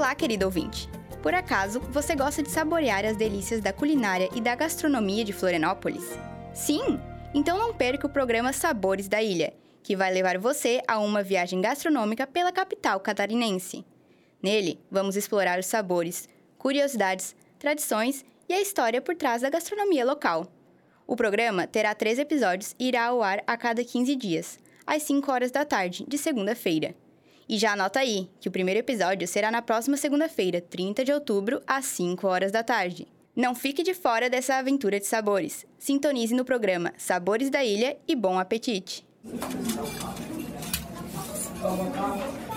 Olá, querido ouvinte! Por acaso, você gosta de saborear as delícias da culinária e da gastronomia de Florianópolis? Sim? Então não perca o programa Sabores da Ilha, que vai levar você a uma viagem gastronômica pela capital catarinense. Nele, vamos explorar os sabores, curiosidades, tradições e a história por trás da gastronomia local. O programa terá 3 episódios e irá ao ar a cada 15 dias, às 5 horas da tarde, de segunda-feira. E já anota aí, que o primeiro episódio será na próxima segunda-feira, 30 de outubro, às 5 horas da tarde. Não fique de fora dessa aventura de sabores. Sintonize no programa Sabores da Ilha e bom apetite!